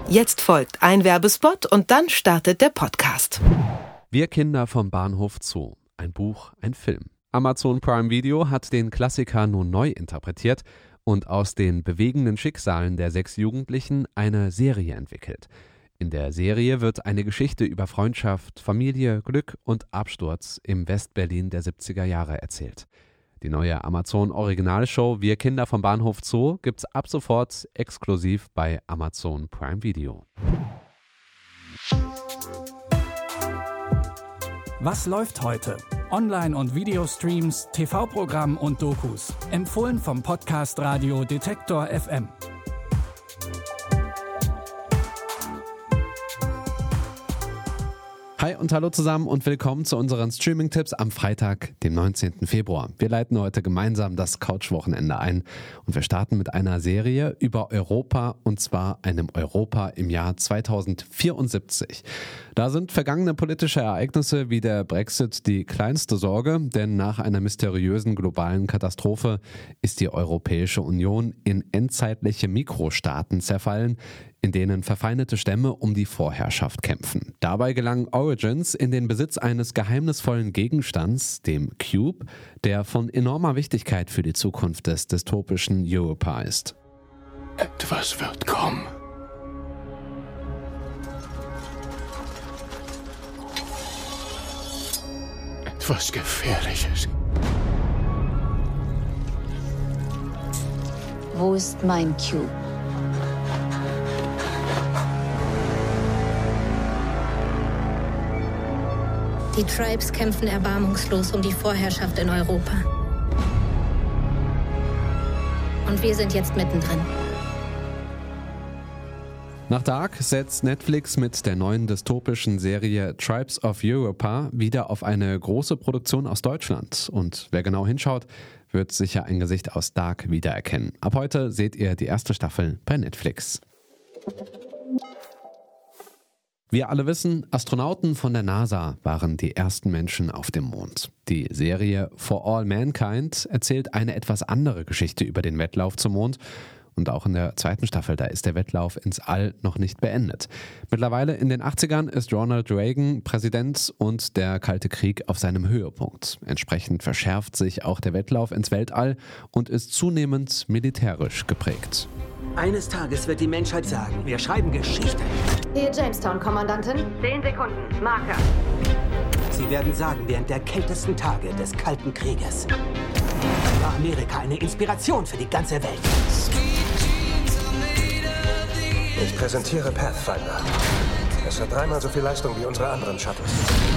Jetzt folgt ein Werbespot und dann startet der Podcast. Wir Kinder vom Bahnhof Zoo. Ein Buch, ein Film. Amazon Prime Video hat den Klassiker nun neu interpretiert und aus den bewegenden Schicksalen der 6 Jugendlichen eine Serie entwickelt. In der Serie wird eine Geschichte über Freundschaft, Familie, Glück und Absturz im Westberlin der 70er Jahre erzählt. Die neue Amazon-Originalshow Wir Kinder vom Bahnhof Zoo gibt's ab sofort exklusiv bei Amazon Prime Video. Was läuft heute? Online- und Videostreams, TV-Programm und Dokus. Empfohlen vom Podcast Radio Detektor FM. Hi und hallo zusammen und willkommen zu unseren Streaming-Tipps am Freitag, dem 19. Februar. Wir leiten heute gemeinsam das Couch-Wochenende ein und wir starten mit einer Serie über Europa und zwar einem Europa im Jahr 2074. Da sind vergangene politische Ereignisse wie der Brexit die kleinste Sorge, denn nach einer mysteriösen globalen Katastrophe ist die Europäische Union in endzeitliche Mikrostaaten zerfallen, in denen verfeindete Stämme um die Vorherrschaft kämpfen. Dabei gelangen Origins in den Besitz eines geheimnisvollen Gegenstands, dem Cube, der von enormer Wichtigkeit für die Zukunft des dystopischen Europa ist. Etwas wird kommen. Etwas Gefährliches. Wo ist mein Cube? Die Tribes kämpfen erbarmungslos um die Vorherrschaft in Europa. Und wir sind jetzt mittendrin. Nach Dark setzt Netflix mit der neuen dystopischen Serie Tribes of Europa wieder auf eine große Produktion aus Deutschland. Und wer genau hinschaut, wird sicher ein Gesicht aus Dark wiedererkennen. Ab heute seht ihr die erste Staffel bei Netflix. Wir alle wissen, Astronauten von der NASA waren die ersten Menschen auf dem Mond. Die Serie For All Mankind erzählt eine etwas andere Geschichte über den Wettlauf zum Mond. Und auch in der zweiten Staffel, da ist der Wettlauf ins All noch nicht beendet. Mittlerweile in den 80ern ist Ronald Reagan Präsident und der Kalte Krieg auf seinem Höhepunkt. Entsprechend verschärft sich auch der Wettlauf ins Weltall und ist zunehmend militärisch geprägt. Eines Tages wird die Menschheit sagen, wir schreiben Geschichte. Hier Jamestown, Kommandantin. 10 Sekunden, Marker. Sie werden sagen, während der kältesten Tage des Kalten Krieges war Amerika eine Inspiration für die ganze Welt. Ich präsentiere Pathfinder. Es hat 3-mal so viel Leistung wie unsere anderen Shuttles.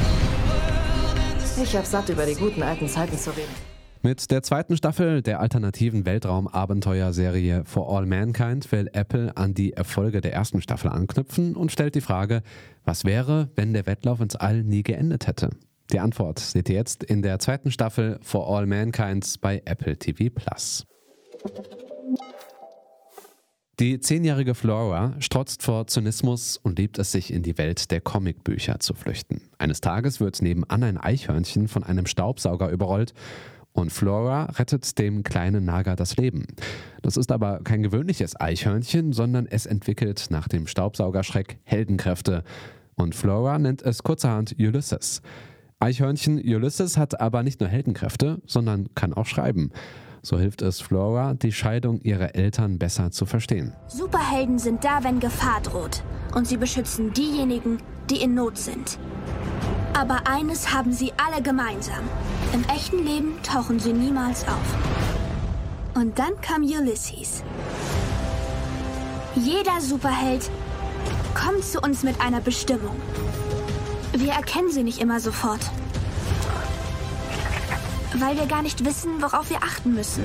Ich hab satt, über die guten alten Zeiten zu reden. Mit der zweiten Staffel der alternativen Weltraum-Abenteuerserie For All Mankind will Apple an die Erfolge der ersten Staffel anknüpfen und stellt die Frage, was wäre, wenn der Wettlauf ins All nie geendet hätte? Die Antwort seht ihr jetzt in der zweiten Staffel For All Mankind bei Apple TV+. Die 10-jährige Flora strotzt vor Zynismus und liebt es, sich in die Welt der Comicbücher zu flüchten. Eines Tages wird nebenan ein Eichhörnchen von einem Staubsauger überrollt und Flora rettet dem kleinen Nager das Leben. Das ist aber kein gewöhnliches Eichhörnchen, sondern es entwickelt nach dem Staubsaugerschreck Heldenkräfte. Und Flora nennt es kurzerhand Ulysses. Eichhörnchen Ulysses hat aber nicht nur Heldenkräfte, sondern kann auch schreiben. So hilft es Flora, die Scheidung ihrer Eltern besser zu verstehen. Superhelden sind da, wenn Gefahr droht. Und sie beschützen diejenigen, die in Not sind. Aber eines haben sie alle gemeinsam. Im echten Leben tauchen sie niemals auf. Und dann kam Ulysses. Jeder Superheld kommt zu uns mit einer Bestimmung. Wir erkennen sie nicht immer sofort. Weil wir gar nicht wissen, worauf wir achten müssen.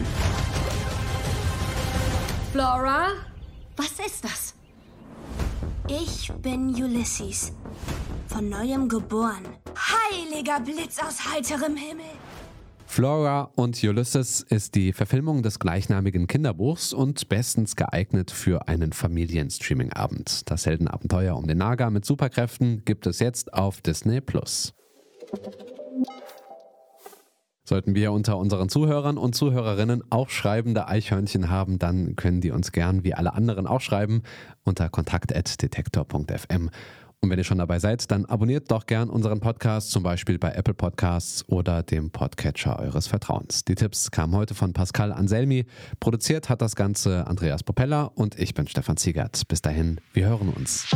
Flora? Was ist das? Ich bin Ulysses. Von neuem geboren. Heiliger Blitz aus heiterem Himmel. Flora und Ulysses ist die Verfilmung des gleichnamigen Kinderbuchs und bestens geeignet für einen Familienstreaming-Abend. Das Heldenabenteuer um den Naga mit Superkräften gibt es jetzt auf Disney+. Sollten wir unter unseren Zuhörern und Zuhörerinnen auch schreibende Eichhörnchen haben, dann können die uns gern wie alle anderen auch schreiben unter kontakt@detektor.fm. Und wenn ihr schon dabei seid, dann abonniert doch gern unseren Podcast, zum Beispiel bei Apple Podcasts oder dem Podcatcher eures Vertrauens. Die Tipps kamen heute von Pascal Anselmi. Produziert hat das Ganze Andreas Propeller und ich bin Stefan Ziegert. Bis dahin, wir hören uns.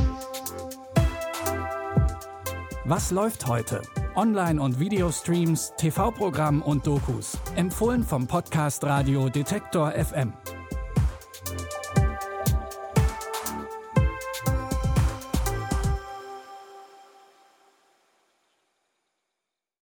Was läuft heute? Online- und Videostreams, TV-Programm und Dokus. Empfohlen vom Podcast Radio Detektor FM.